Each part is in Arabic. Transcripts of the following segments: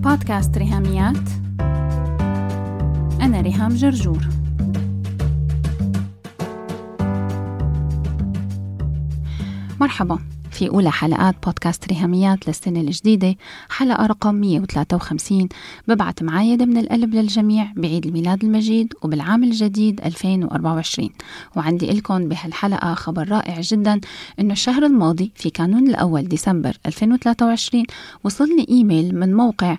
بودكاست ريهاميات. أنا ريهام جرجور. مرحبا في أولى حلقات بودكاست ريهاميات للسنة الجديدة، حلقة رقم 153. ببعت معايدة من القلب للجميع بعيد الميلاد المجيد وبالعام الجديد 2024. وعندي لكم بهالحلقة خبر رائع جدا، إنه الشهر الماضي في كانون الأول ديسمبر 2023 وصلني إيميل من موقع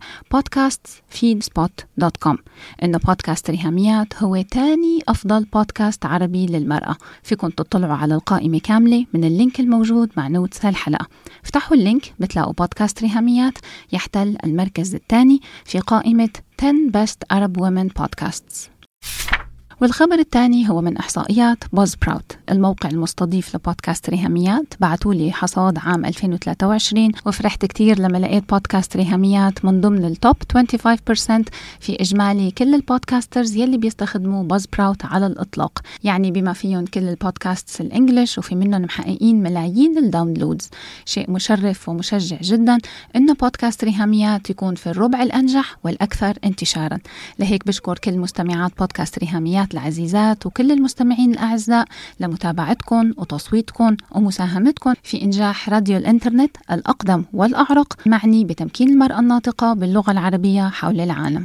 podcastfeedspot.com إنه بودكاست ريهاميات هو تاني أفضل بودكاست عربي للمرأة. فيكم تطلعوا على القائمة كاملة من اللينك الموجود مع نوتس هالحلقة. افتحوا اللينك بتلاقوا بودكاست ريهاميات يحتل المركز الثاني في قائمة 10 Best Arab Women Podcasts. والخبر الثاني هو من إحصائيات BuzzSprout، الموقع المستضيف لبودكاست ريهاميات. بعتوا لي حصاد عام 2023 وفرحت كتير لما لقيت بودكاست ريهاميات من ضمن التوب 25% في إجمالي كل البودكاسترز يلي بيستخدموا BuzzSprout على الإطلاق، يعني بما فيهم كل البودكاستس الإنجليش، وفي منهم محققين ملايين الداونلودز. شيء مشرف ومشجع جدا إنه بودكاست ريهاميات يكون في الربع الأنجح والأكثر انتشارا. لهيك بشكر كل مستمعات بودكاست ريهاميات العزيزات وكل المستمعين الأعزاء لمتابعتكم وتصويتكم ومساهمتكم في إنجاح راديو الإنترنت الأقدم والأعرق معني بتمكين المرأة الناطقة باللغة العربية حول العالم.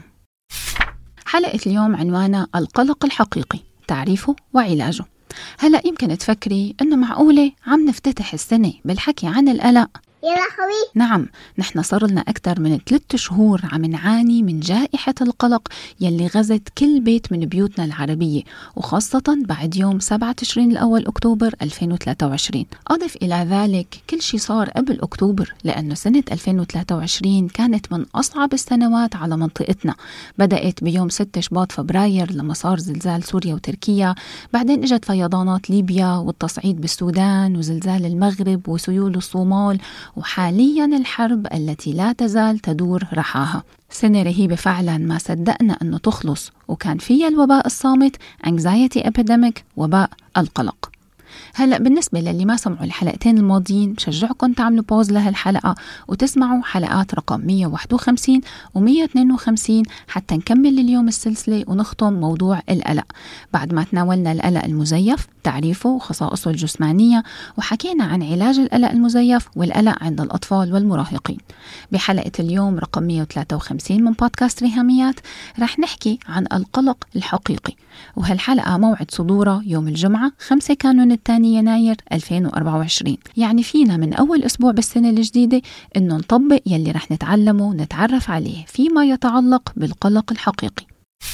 حلقة اليوم عنوانها القلق الحقيقي، تعريفه وعلاجه. هلأ يمكن تفكري إنه معقولة عم نفتتح السنة بالحكي عن القلق؟ يا لهوي. نعم، نحن صار لنا أكثر من 3 شهور عم نعاني من جائحة القلق يلي غزت كل بيت من بيوتنا العربية، وخاصة بعد يوم 7 تشرين الأول أكتوبر 2023. أضف إلى ذلك كل شيء صار قبل أكتوبر، لأنه سنة 2023 كانت من أصعب السنوات على منطقتنا. بدأت بيوم 6 شباط فبراير لما صار زلزال سوريا وتركيا، بعدين اجت فيضانات ليبيا والتصعيد بالسودان وزلزال المغرب وسيول الصومال، وحاليا الحرب التي لا تزال تدور رحاها. سنة رهيبة فعلا، ما صدقنا أنه تخلص، وكان فيها الوباء الصامت anxiety epidemic، وباء القلق. هلأ بالنسبة للي ما سمعوا الحلقتين الماضيين بشجعكم تعملوا بوز لهالحلقة وتسمعوا حلقات رقم 151 و152 حتى نكمل اليوم السلسلة ونختم موضوع القلق. بعد ما تناولنا القلق المزيف، تعريفه وخصائصه الجسمانية، وحكينا عن علاج القلق المزيف والقلق عند الأطفال والمراهقين. بحلقة اليوم رقم 153 من بودكاست ريهاميات رح نحكي عن القلق الحقيقي، وهالحلقة موعد صدورها يوم الجمعة 5 كانون الثاني يناير 2024. يعني فينا من أول أسبوع بالسنة الجديدة إنه نطبق يلي رح نتعلمه ونتعرف عليه فيما يتعلق بالقلق الحقيقي.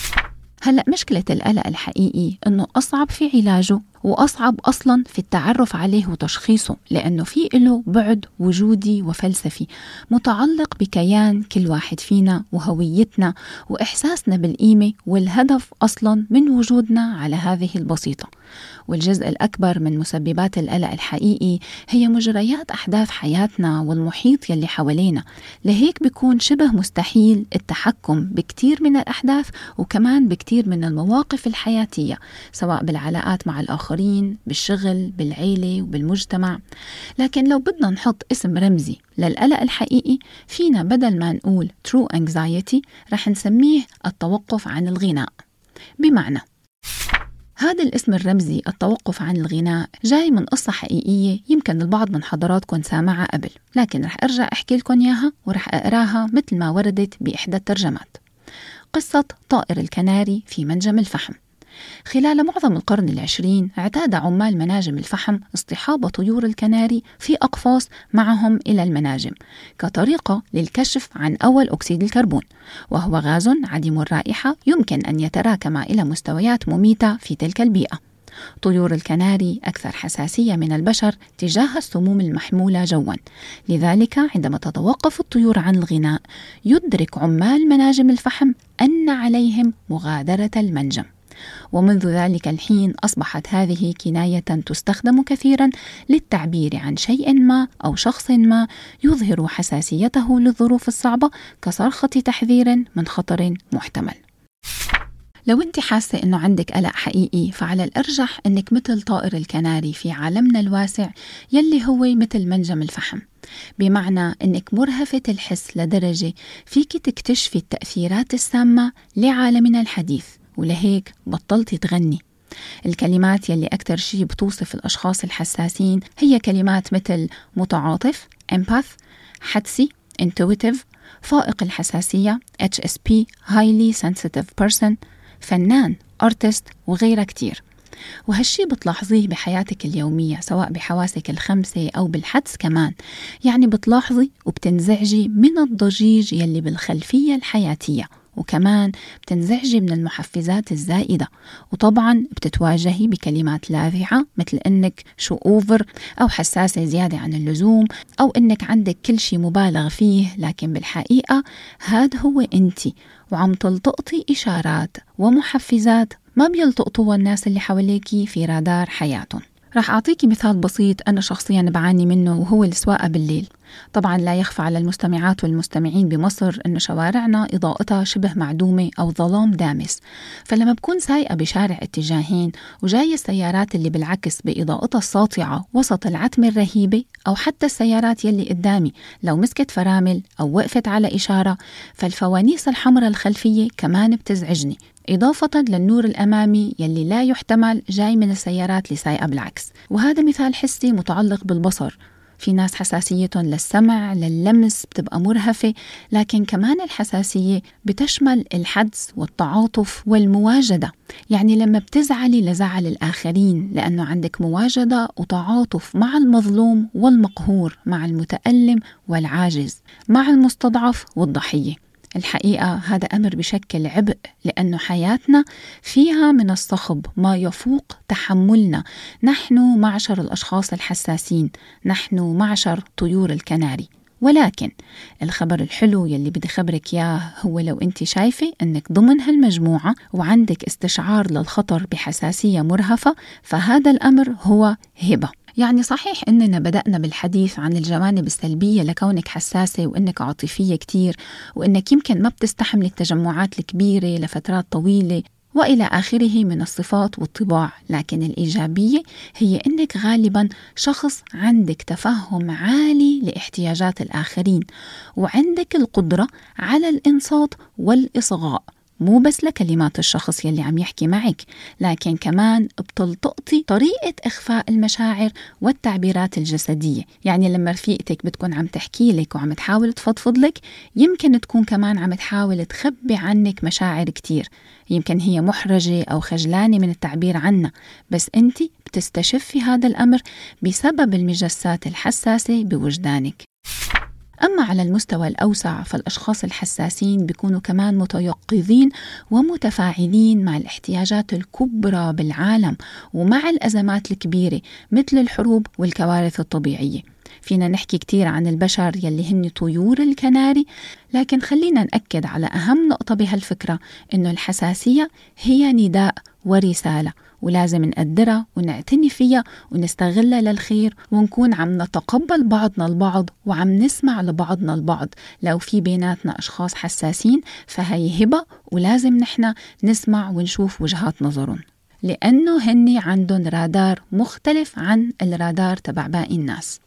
هلأ مشكلة القلق الحقيقي إنه أصعب في علاجه وأصعب أصلاً في التعرف عليه وتشخيصه، لأنه في له بعد وجودي وفلسفي متعلق بكيان كل واحد فينا وهويتنا وإحساسنا بالقيمة والهدف أصلاً من وجودنا على هذه البسيطة. والجزء الأكبر من مسببات القلق الحقيقي هي مجريات أحداث حياتنا والمحيط يلي حوالينا. لهيك بيكون شبه مستحيل التحكم بكتير من الأحداث وكمان بكتير من المواقف الحياتية، سواء بالعلاقات مع الآخرين، بالشغل، بالعيلة وبالمجتمع. لكن لو بدنا نحط اسم رمزي للقلق الحقيقي، فينا بدل ما نقول true anxiety رح نسميه التوقف عن الغناء. بمعنى هذا الاسم الرمزي التوقف عن الغناء جاي من قصة حقيقية يمكن البعض من حضراتكم سامعها قبل، لكن رح أرجع أحكي لكم إياها ورح أقراها مثل ما وردت بإحدى الترجمات. قصة طائر الكناري في منجم الفحم. خلال معظم القرن العشرين اعتاد عمال مناجم الفحم اصطحاب طيور الكناري في أقفاص معهم إلى المناجم كطريقة للكشف عن أول أكسيد الكربون، وهو غاز عديم الرائحة يمكن أن يتراكم إلى مستويات مميتة في تلك البيئة. طيور الكناري أكثر حساسية من البشر تجاه السموم المحمولة جوا، لذلك عندما تتوقف الطيور عن الغناء يدرك عمال مناجم الفحم أن عليهم مغادرة المنجم. ومنذ ذلك الحين أصبحت هذه كناية تستخدم كثيرا للتعبير عن شيء ما أو شخص ما يظهر حساسيته للظروف الصعبة كصرخة تحذير من خطر محتمل. لو أنت حاسة أنه عندك قلق حقيقي فعلى الأرجح أنك مثل طائر الكناري في عالمنا الواسع يلي هو مثل منجم الفحم، بمعنى أنك مرهفة الحس لدرجة فيك تكتشفي التأثيرات السامة لعالمنا الحديث، ولهيك بطلتي تغني. الكلمات يلي أكتر شيء بتوصف الأشخاص الحساسين هي كلمات مثل متعاطف empath، حدسي intuitive، فائق الحساسية HSP highly sensitive person، فنان artist، وغيرها كتير. وهالشي بتلاحظيه بحياتك اليومية سواء بحواسك الخمسة أو بالحدس كمان، يعني بتلاحظي وبتنزعجي من الضجيج يلي بالخلفية الحياتية، وكمان بتنزعجي من المحفزات الزائدة، وطبعا بتتواجهي بكلمات لاذعة مثل إنك شو أوفر أو حساسة زيادة عن اللزوم أو إنك عندك كل شيء مبالغ فيه، لكن بالحقيقة هاد هو أنتي وعم تلتقطي إشارات ومحفزات ما بيلتقطوها الناس اللي حواليكي في رادار حياتهم. راح أعطيكي مثال بسيط أنا شخصياً بعاني منه، وهو السواقة بالليل. طبعاً لا يخفى على المستمعات والمستمعين بمصر أن شوارعنا إضاءتها شبه معدومة أو ظلام دامس، فلما بكون سايقة بشارع اتجاهين وجاي السيارات اللي بالعكس بإضاءتها الساطعة وسط العتمة الرهيبة، أو حتى السيارات يلي قدامي لو مسكت فرامل أو وقفت على إشارة، فالفوانيس الحمراء الخلفية كمان بتزعجني، إضافة للنور الأمامي يلي لا يحتمل جاي من السيارات اللي سايقة بالعكس. وهذا مثال حسي متعلق بالبصر. في ناس حساسيتهم للسمع لللمس بتبقى مرهفة، لكن كمان الحساسية بتشمل الحدس والتعاطف والمواجدة، يعني لما بتزعلي لزعل الآخرين لأنه عندك مواجدة وتعاطف مع المظلوم والمقهور، مع المتألم والعاجز، مع المستضعف والضحية. الحقيقة هذا أمر بشكل عبء، لأنه حياتنا فيها من الصخب ما يفوق تحملنا. نحن معشر الأشخاص الحساسين، نحن معشر طيور الكناري. ولكن الخبر الحلو يلي بدي خبرك إياه هو لو أنت شايفة أنك ضمن هالمجموعة وعندك استشعار للخطر بحساسية مرهفة، فهذا الأمر هو هبة. يعني صحيح إننا بدأنا بالحديث عن الجوانب السلبية لكونك حساسة وإنك عاطفية كتير وإنك يمكن ما بتستحمل التجمعات الكبيرة لفترات طويلة وإلى آخره من الصفات والطباع، لكن الإيجابية هي إنك غالباً شخص عندك تفهم عالي لاحتياجات الآخرين، وعندك القدرة على الإنصات والإصغاء، مو بس لكلمات الشخص يلي عم يحكي معك، لكن كمان بتلتقطي طريقة إخفاء المشاعر والتعبيرات الجسدية. يعني لما رفيقتك بتكون عم تحكي لك وعم تحاول تفضفض لك، يمكن تكون كمان عم تحاول تخبي عنك مشاعر كتير، يمكن هي محرجة أو خجلانة من التعبير عنها، بس أنت بتستشفي هذا الأمر بسبب المجسات الحساسة بوجدانك. أما على المستوى الأوسع فالأشخاص الحساسين بيكونوا كمان متيقظين ومتفاعلين مع الاحتياجات الكبرى بالعالم ومع الأزمات الكبيرة مثل الحروب والكوارث الطبيعية. فينا نحكي كتير عن البشر يلي هن طيور الكناري، لكن خلينا نأكد على أهم نقطة بهالفكرة، إنه الحساسية هي نداء ورسالة، ولازم نقدرها ونعتني فيها ونستغلها للخير، ونكون عم نتقبل بعضنا البعض وعم نسمع لبعضنا البعض. لو في بيناتنا أشخاص حساسين فهي هبة، ولازم نحن نسمع ونشوف وجهات نظرهم، لأنه هني عندهم رادار مختلف عن الرادار تبع باقي الناس.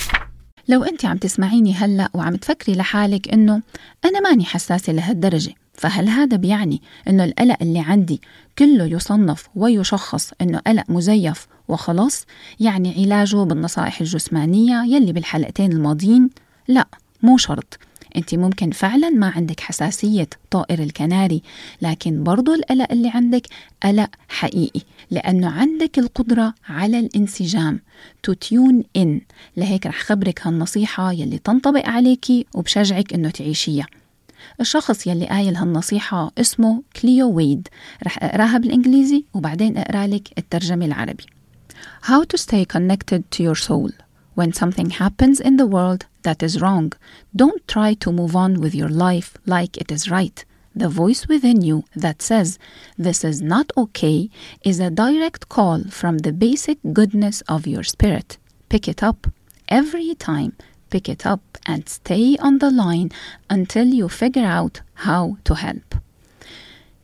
لو أنت عم تسمعيني هلأ وعم تفكري لحالك إنه أنا ماني حساسة لهالدرجة، فهل هذا بيعني إنه القلق اللي عندي كله يصنف ويشخص إنه قلق مزيف وخلاص؟ يعني علاجه بالنصائح الجسمانية يلي بالحلقتين الماضيين؟ لا، مو شرط. أنت ممكن فعلا ما عندك حساسية طائر الكناري، لكن برضو القلق اللي عندك قلق حقيقي، لأنه عندك القدرة على الانسجام to tune in. لهيك رح خبرك هالنصيحة يلي تنطبق عليكي وبشجعك إنه تعيشيها. الشخص يلي قايل هالنصيحة اسمه كليو ويد، رح أقراها بالإنجليزي وبعدين أقرأ لك الترجمة العربي. How to stay connected to your soul. When something happens in the world that is wrong, don't try to move on with your life like it is right. The voice within you that says this is not okay is a direct call from the basic goodness of your spirit. Pick it up every time. Pick it up and stay on the line until you figure out how to help.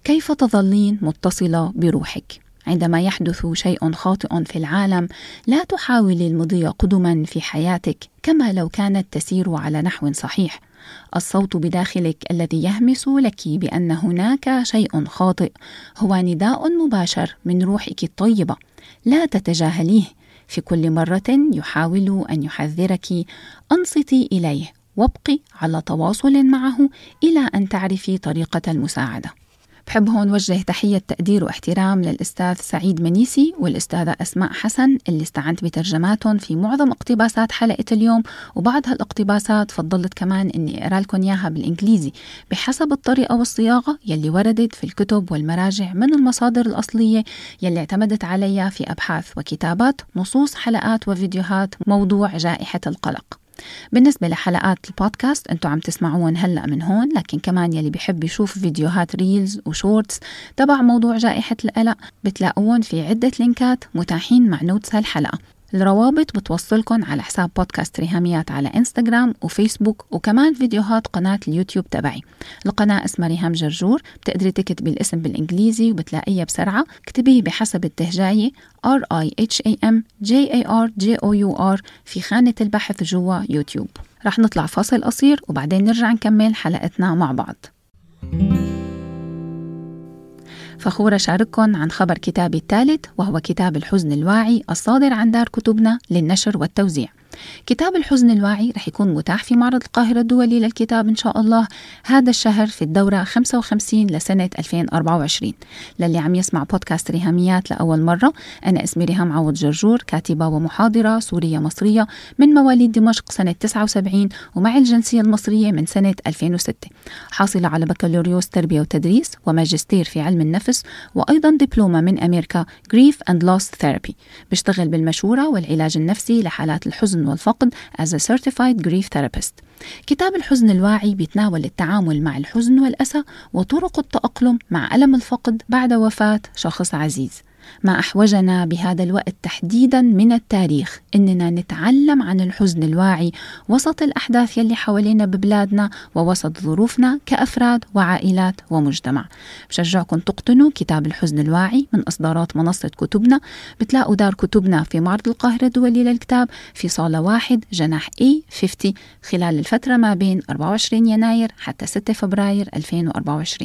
كيف تظلين متصلة بروحك؟ عندما يحدث شيء خاطئ في العالم لا تحاولي المضي قدما في حياتك كما لو كانت تسير على نحو صحيح. الصوت بداخلك الذي يهمس لك بأن هناك شيء خاطئ هو نداء مباشر من روحك الطيبة، لا تتجاهليه. في كل مرة يحاول أن يحذرك أنصتي إليه وابقي على تواصل معه إلى أن تعرفي طريقة المساعدة. بحب هون وجه تحية تقدير واحترام للأستاذ سعيد منيسي والأستاذة أسماء حسن اللي استعنت بترجماتهم في معظم اقتباسات حلقة اليوم، وبعض هالاقتباسات فضلت كمان إني أقرأ لكم إياها بالإنجليزي بحسب الطريقة والصياغة يلي وردت في الكتب والمراجع من المصادر الأصلية يلي اعتمدت عليها في أبحاث وكتابات نصوص حلقات وفيديوهات موضوع جائحة القلق. بالنسبة لحلقات البودكاست أنتوا عم تسمعون هلأ من هون، لكن كمان يلي بيحب يشوف فيديوهات ريلز وشورتس تبع موضوع جائحة القلق بتلاقون في عدة لينكات متاحين مع نوتس هالحلقة. الروابط بتوصلكن على حساب بودكاست ريهاميات على انستغرام وفيسبوك، وكمان فيديوهات قناة اليوتيوب تبعي. القناة اسمها ريهام جرجور، بتقدري تكتبي الاسم بالإنجليزي وبتلاقيها بسرعة. اكتبيه بحسب التهجاية RIHAMJARJOUR في خانة البحث جوا يوتيوب. رح نطلع فاصل قصير وبعدين نرجع نكمل حلقتنا مع بعض. فخورة شارككن عن خبر كتابي الثالث، وهو كتاب الحزن الواعي الصادر عن دار كتبنا للنشر والتوزيع. كتاب الحزن الواعي رح يكون متاح في معرض القاهرة الدولي للكتاب إن شاء الله هذا الشهر في الدورة 55 لسنة 2024. للي عم يسمع بودكاست ريهاميات لأول مرة، أنا اسمي ريهام عوض جرجور، كاتبة ومحاضرة سورية مصرية من مواليد دمشق سنة 79 ومع الجنسية المصرية من سنة 2006. حاصلة على بكالوريوس تربية وتدريس وماجستير في علم النفس، وأيضا دبلومة من أمريكا Grief and Loss Therapy. بشتغل بالمشورة والعلاج النفسي لحالات الحزن والفقد as a certified grief therapist. كتاب الحزن الواعي بيتناول التعامل مع الحزن والأسى وطرق التأقلم مع ألم الفقد بعد وفاة شخص عزيز. ما أحوجنا بهذا الوقت تحديدا من التاريخ إننا نتعلم عن الحزن الواعي وسط الأحداث يلي حوالينا ببلادنا ووسط ظروفنا كأفراد وعائلات ومجتمع. بشجعكم تقتنوا كتاب الحزن الواعي من إصدارات منصة كتبنا. بتلاقوا دار كتبنا في معرض القاهرة الدولي للكتاب في صالة 1 جناح E50 خلال الفترة ما بين 24 يناير حتى 6 فبراير 2024.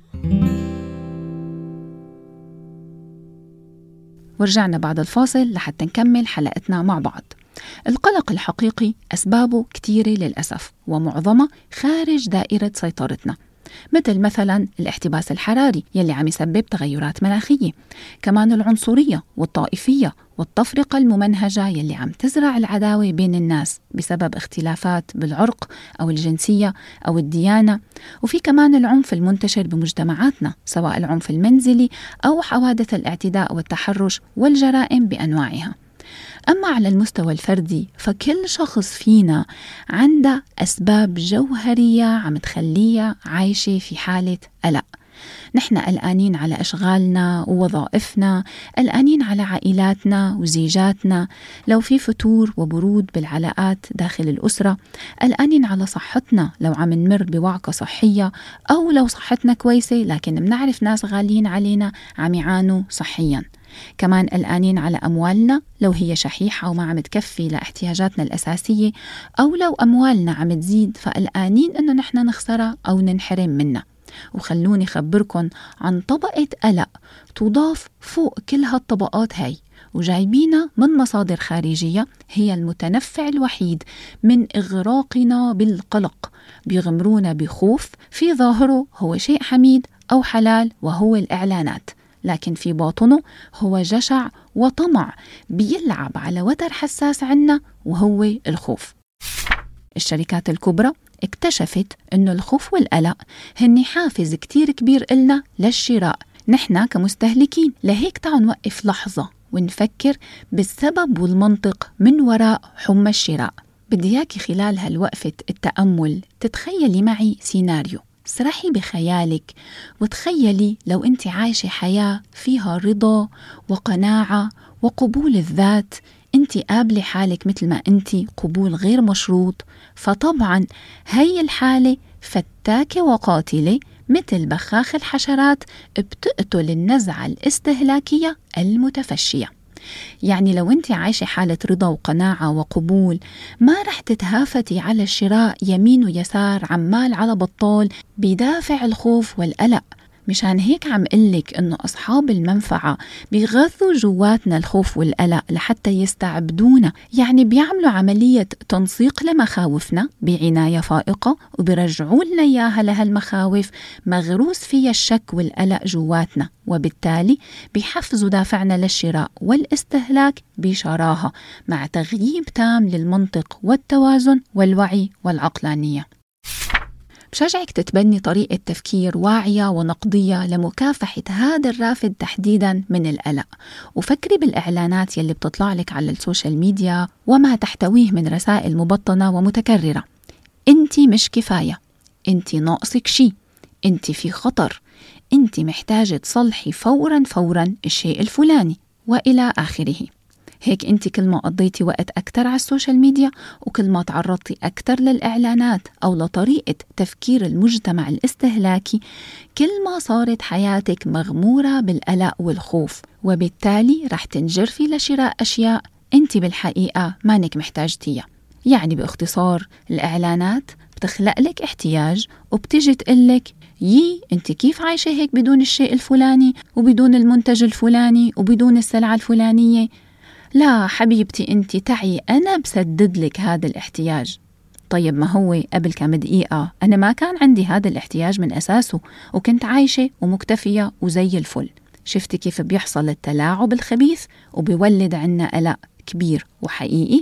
ورجعنا بعد الفاصل لحتى نكمل حلقتنا مع بعض. القلق الحقيقي أسبابه كتيرة للأسف، ومعظمها خارج دائرة سيطرتنا، مثلا الاحتباس الحراري يلي عم يسبب تغيرات مناخية، كمان العنصرية والطائفية والتفرقة الممنهجة يلي عم تزرع العداوة بين الناس بسبب اختلافات بالعرق أو الجنسية أو الديانة، وفي كمان العنف المنتشر بمجتمعاتنا سواء العنف المنزلي أو حوادث الاعتداء والتحرش والجرائم بأنواعها. أما على المستوى الفردي فكل شخص فينا عنده أسباب جوهرية عم تخليه عايشة في حالة قلق. نحن قلقانين على أشغالنا ووظائفنا، قلقانين على عائلاتنا وزيجاتنا، لو في فتور وبرود بالعلاقات داخل الأسرة، قلقانين على صحتنا لو عم نمر بوعكة صحية، أو لو صحتنا كويسة لكن بنعرف ناس غاليين علينا عم يعانوا صحياً. كمان قلقانين على أموالنا لو هي شحيحة وما عم تكفي لاحتياجاتنا الأساسية، أو لو أموالنا عم تزيد فقلقانين إنه نحن نخسرها أو ننحرم منها. وخلوني خبركن عن طبقة قلق تضاف فوق كل هالطبقات هاي وجايبينا من مصادر خارجية هي المتنفع الوحيد من إغراقنا بالقلق. بيغمرونا بخوف في ظاهره هو شيء حميد أو حلال وهو الإعلانات، لكن في باطنه هو جشع وطمع بيلعب على وتر حساس عنا وهو الخوف. الشركات الكبرى اكتشفت أنه الخوف والقلق هن حافز كتير كبير إلنا للشراء نحن كمستهلكين. لهيك تعالوا نوقف لحظة ونفكر بالسبب والمنطق من وراء حمى الشراء. بدي إياكي خلال هالوقفة التأمل تتخيلي معي سيناريو. سرحي بخيالك وتخيلي لو أنت عايشة حياة فيها رضا وقناعة وقبول الذات، أنت قابلة حالك مثل ما أنت، قبول غير مشروط، فطبعا هي الحالة فتاكة وقاتلة مثل بخاخ الحشرات، بتقتل النزعة الاستهلاكية المتفشية. يعني لو أنت عايشة حالة رضا وقناعة وقبول، ما رح تتهافتي على الشراء يمين ويسار عمال على بطال بدافع الخوف والقلق. مشان هيك عم قلك إنه أصحاب المنفعة بيغذوا جواتنا الخوف والقلق لحتى يستعبدونا، يعني بيعملوا عملية تنسيق لمخاوفنا بعناية فائقة، وبيرجعوا لنا إياها لهالمخاوف مغروس فيها الشك والقلق جواتنا، وبالتالي بيحفزوا دافعنا للشراء والاستهلاك بشراهة مع تغييب تام للمنطق والتوازن والوعي والعقلانية. بشجعك تتبني طريقة تفكير واعية ونقدية لمكافحة هذا الرافد تحديدا من القلق، وفكري بالإعلانات يلي بتطلع لك على السوشيال ميديا وما تحتويه من رسائل مبطنة ومتكررة. انت مش كفاية، انت ناقصك شي، انت في خطر، انت محتاجة تصلحي فورا الشيء الفلاني، وإلى آخره. هيك أنت كل ما قضيتي وقت أكتر على السوشيال ميديا، وكل ما تعرضتي أكتر للإعلانات أو لطريقة تفكير المجتمع الاستهلاكي، كل ما صارت حياتك مغمورة بالقلق والخوف، وبالتالي رح تنجرفي لشراء أشياء أنت بالحقيقة مانك محتاجتيها. يعني باختصار، الإعلانات بتخلق لك احتياج وبتجي تقلك أنت كيف عايشة هيك بدون الشيء الفلاني وبدون المنتج الفلاني وبدون السلعة الفلانية؟ لا حبيبتي، أنت تعي أنا بسدد لك هذا الاحتياج. طيب ما هو قبل كم دقيقة أنا ما كان عندي هذا الاحتياج من أساسه، وكنت عايشة ومكتفية وزي الفل. شفتي كيف بيحصل التلاعب الخبيث وبيولد عنا قلق كبير وحقيقي؟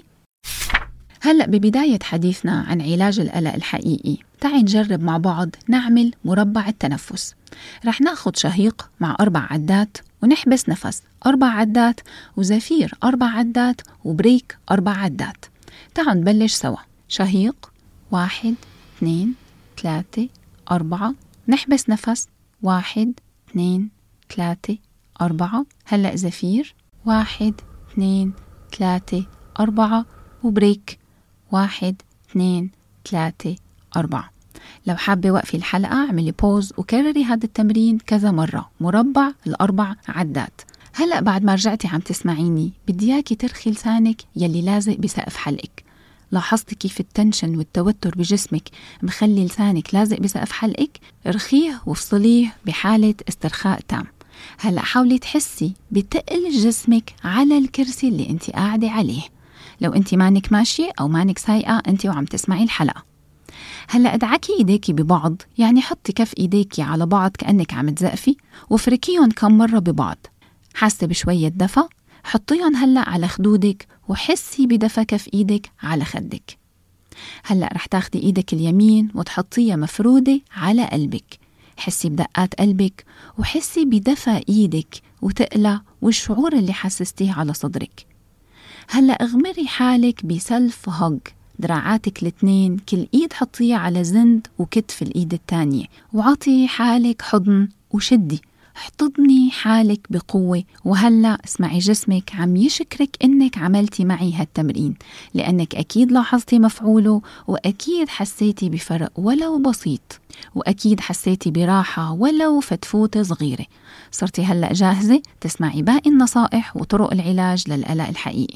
هلأ ببداية حديثنا عن علاج القلق الحقيقي، تعي نجرب مع بعض نعمل مربع التنفس. رح ناخد شهيق مع 4 عدات، ونحبس نفس 4 عدات، وزفير 4 عدات، وبريك 4 عدات. تعالوا نبلش سوا. شهيق 1 2 3 4، نحبس نفس 1 2 3 4. هلأ زفير 1 2 3 4، وبريك 1 2 3 4. لو حابة وقفي الحلقة اعملي بوز وكرري هذا التمرين كذا مرة، مربع 4 عدات. هلأ بعد ما رجعتي عم تسمعيني، بدي اياكي ترخي لسانك يلي لازق بسقف حلقك. لاحظتي كيف التنشن والتوتر بجسمك مخلي لسانك لازق بسقف حلقك؟ ارخيه وافصليه بحالة استرخاء تام. هلأ حاولي تحسي بتقل جسمك على الكرسي اللي انت قاعدة عليه، لو انت مانك ماشية او مانك سايقة انت وعم تسمعي الحلقة. هلأ ادعكي ايديكي ببعض، يعني حطي كف ايديكي على بعض كأنك عم تزقفي، وفركيهم كم مرة ببعض. حاسة بشوية دفى؟ حطيهم هلأ على خدودك، وحسي بدفى كف ايدك على خدك. هلأ رح تاخدي ايدك اليمين وتحطيها مفرودة على قلبك. حسي بدقات قلبك، وحسي بدفى ايدك وتقلى والشعور اللي حسستيه على صدرك. هلأ اغمري حالك بسلف هج، دراعاتك الاثنين كل ايد حطيها على زند وكتف الايد الثانية، وعطي حالك حضن وشدي، احتضني حالك بقوة. وهلأ اسمعي جسمك عم يشكرك انك عملتي معي هالتمرين، لانك اكيد لاحظتي مفعوله، واكيد حسيتي بفرق ولو بسيط، واكيد حسيتي براحة ولو فتفوتة صغيرة. صرتي هلأ جاهزة تسمعي باقي النصائح وطرق العلاج للقلق الحقيقي.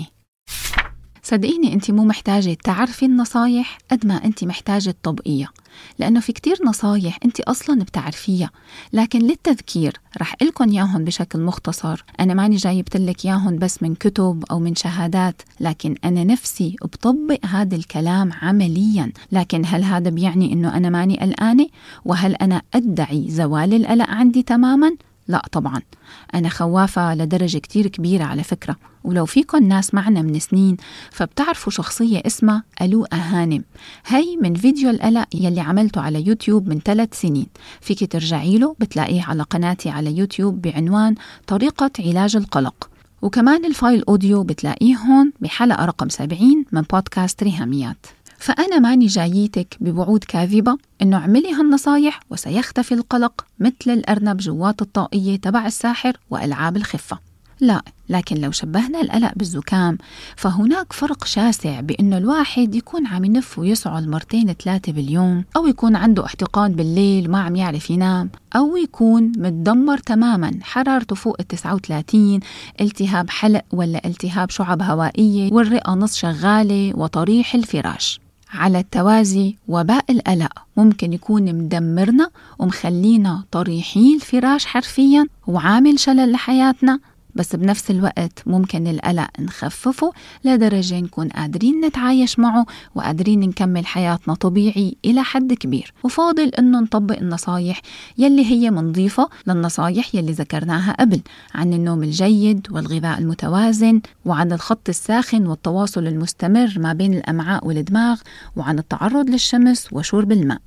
صدقيني انت مو محتاجة تعرفي النصايح قد ما انت محتاجة تطبقيها، لأنه في كتير نصايح انت أصلا بتعرفيها، لكن للتذكير رح قلكن ياهن بشكل مختصر. أنا ماني جايبتلك ياهن بس من كتب أو من شهادات، لكن أنا نفسي بطبق هذا الكلام عمليا. لكن هل هذا بيعني إنه أنا ماني قلقانة؟ وهل أنا أدعي زوال القلق عندي تماما؟ لا طبعا، أنا خوافة لدرجة كتير كبيرة على فكرة. ولو فيكن ناس معنا من سنين فبتعرفوا شخصية اسمها ألو هانم، هي من فيديو القلق يلي عملته على يوتيوب من 3 سنين. فيك ترجعي له، بتلاقيه على قناتي على يوتيوب بعنوان طريقة علاج القلق، وكمان الفايل أوديو بتلاقيه هون بحلقة رقم 70 من بودكاست ريهاميات. فأنا ماني جاييتك بوعود كاذبة إنه اعملي هالنصايح وسيختفي القلق مثل الأرنب جوات الطاقية تبع الساحر وألعاب الخفة. لا، لكن لو شبهنا القلق بالزكام فهناك فرق شاسع بأنه الواحد يكون عم ينف ويسعل 2-3 باليوم، أو يكون عنده احتقان بالليل وما عم يعرف ينام، أو يكون متدمر تماما، حرارته فوق 39، التهاب حلق ولا التهاب شعب هوائية والرئة نص شغالة وطريح الفراش. على التوازي وباء القلق ممكن يكون مدمرنا ومخلينا طريحين الفراش حرفيا وعامل شلل لحياتنا، بس بنفس الوقت ممكن القلق نخففه لدرجة نكون قادرين نتعايش معه وقادرين نكمل حياتنا طبيعي إلى حد كبير. وفاضل إنه نطبق النصايح يلي هي منضيفة للنصايح يلي ذكرناها قبل عن النوم الجيد والغذاء المتوازن، وعن الخط الساخن والتواصل المستمر ما بين الأمعاء والدماغ، وعن التعرض للشمس وشرب الماء.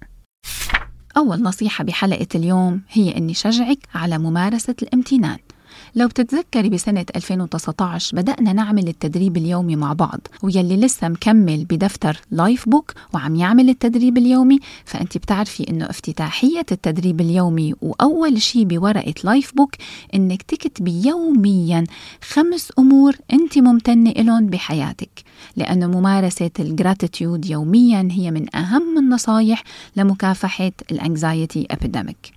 أول نصيحة بحلقة اليوم هي إني شجعك على ممارسة الامتنان. لو بتتذكري بسنة 2019 بدأنا نعمل التدريب اليومي مع بعض، ويلي لسه مكمل بدفتر لايف بوك وعم يعمل التدريب اليومي، فأنت بتعرفي إنه افتتاحية التدريب اليومي وأول شيء بورقة لايف بوك إنك تكتبي يوميا 5 أمور أنت ممتنة إلهم بحياتك، لأن ممارسة الجراتيتيود يوميا هي من أهم النصايح لمكافحة الانكزايتي ابيديميك.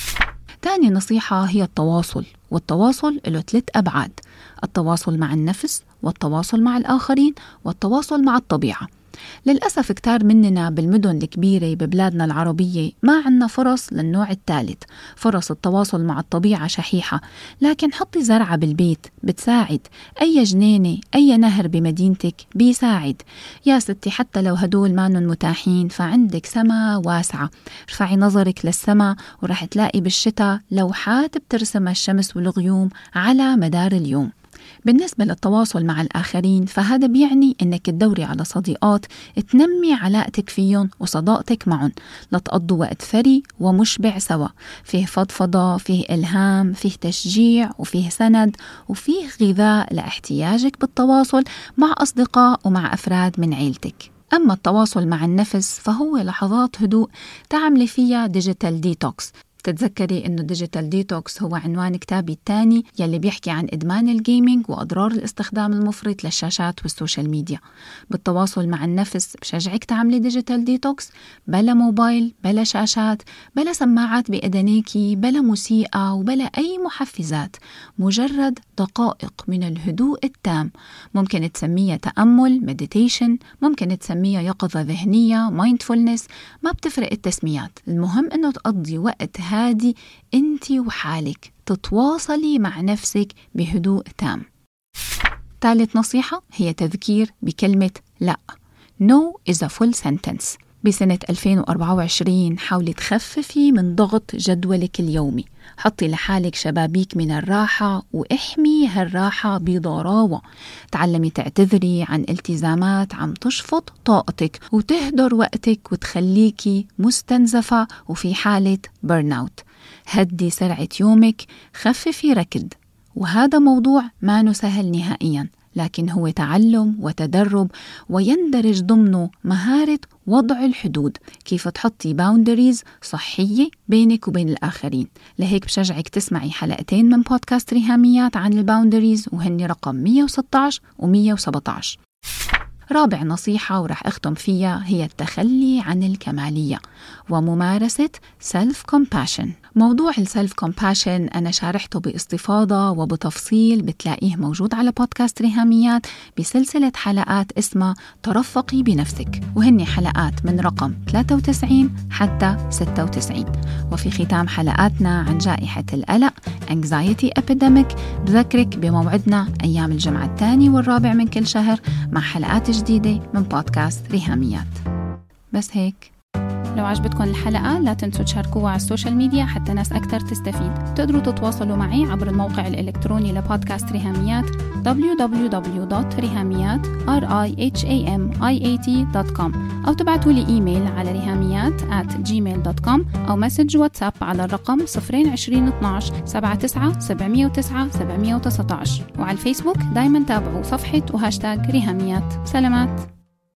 تاني نصيحة هي التواصل، والتواصل له 3 أبعاد: التواصل مع النفس، والتواصل مع الآخرين، والتواصل مع الطبيعة. للأسف كتار مننا بالمدن الكبيرة ببلادنا العربية ما عنا فرص للنوع الثالث، فرص التواصل مع الطبيعة شحيحة، لكن حطي زرعة بالبيت بتساعد، أي جنينة أي نهر بمدينتك بيساعد يا ستي، حتى لو هدول مانن متاحين فعندك سما واسعة، ارفعي نظرك للسما ورح تلاقي بالشتاء لوحات بترسم الشمس والغيوم على مدار اليوم. بالنسبة للتواصل مع الآخرين فهذا بيعني إنك تدوري على صديقات تنمي علاقتك فيهم وصداقتك معهم لتقضوا وقت ثري ومشبع سوا، فيه فضفضة، فيه إلهام، فيه تشجيع، وفيه سند، وفيه غذاء لاحتياجك بالتواصل مع أصدقاء ومع أفراد من عيلتك. أما التواصل مع النفس فهو لحظات هدوء تعملي فيها ديجيتال ديتوكس. تتذكري إنه ديجيتال ديتوكس هو عنوان كتابي الثاني يلي بيحكي عن إدمان الجيمينج وأضرار الاستخدام المفرط للشاشات والسوشيال ميديا. بالتواصل مع النفس بشجعك تعملي ديجيتال ديتوكس، بلا موبايل، بلا شاشات، بلا سماعات بأذنيكي، بلا موسيقى، وبلا أي محفزات، مجرد دقائق من الهدوء التام. ممكن تسميها تأمل مديتيشن، ممكن تسميها يقظة ذهنية مايندفولنس، ما بتفرق التسميات، المهم إنه تقضي وقت هادي انت وحالك، تتواصلي مع نفسك بهدوء تام. ثالث نصيحة هي تذكير بكلمة لا. No is a full sentence. بسنة 2024 حاولي تخففي من ضغط جدولك اليومي، حطي لحالك شبابيك من الراحة واحمي هالراحة بضراوة. تعلمي تعتذري عن التزامات عم تشفط طاقتك وتهدر وقتك وتخليكي مستنزفة وفي حالة بيرن اوت. هدي سرعة يومك، خففي ركض، وهذا موضوع ما سهل نهائيا، لكن هو تعلم وتدرب، ويندرج ضمنه مهارة وضع الحدود، كيف تحطي باوندريز صحية بينك وبين الآخرين. لهيك بشجعك تسمعي حلقتين من بودكاست ريهاميات عن الباوندريز، وهن رقم 116 و117. رابع نصيحة ورح أختم فيها هي التخلي عن الكمالية وممارسة سيلف كومباشن. موضوع السيلف كومباشن أنا شارحته باستفاضة وبتفصيل، بتلاقيه موجود على بودكاست ريهاميات بسلسلة حلقات اسمها ترفقي بنفسك، وهن حلقات من رقم 93 حتى 96. وفي ختام حلقاتنا عن جائحة القلق Anxiety Epidemic بذكرك بموعدنا أيام الجمعة 2 و4 من كل شهر مع حلقات جديدة من بودكاست ريهاميات. بس هيك. لو عجبتكم الحلقة لا تنسوا تشاركوها على السوشيال ميديا حتى ناس أكتر تستفيد. تقدروا تتواصلوا معي عبر الموقع الإلكتروني لبودكاست ريهاميات www.rihamiat.com، أو تبعتوا لي إيميل على ريهاميات@gmail.com، أو مسج واتساب على الرقم 020 12 79 709 719. وعلى الفيسبوك دايما تابعوا صفحة وهاشتاج ريهاميات. سلامات.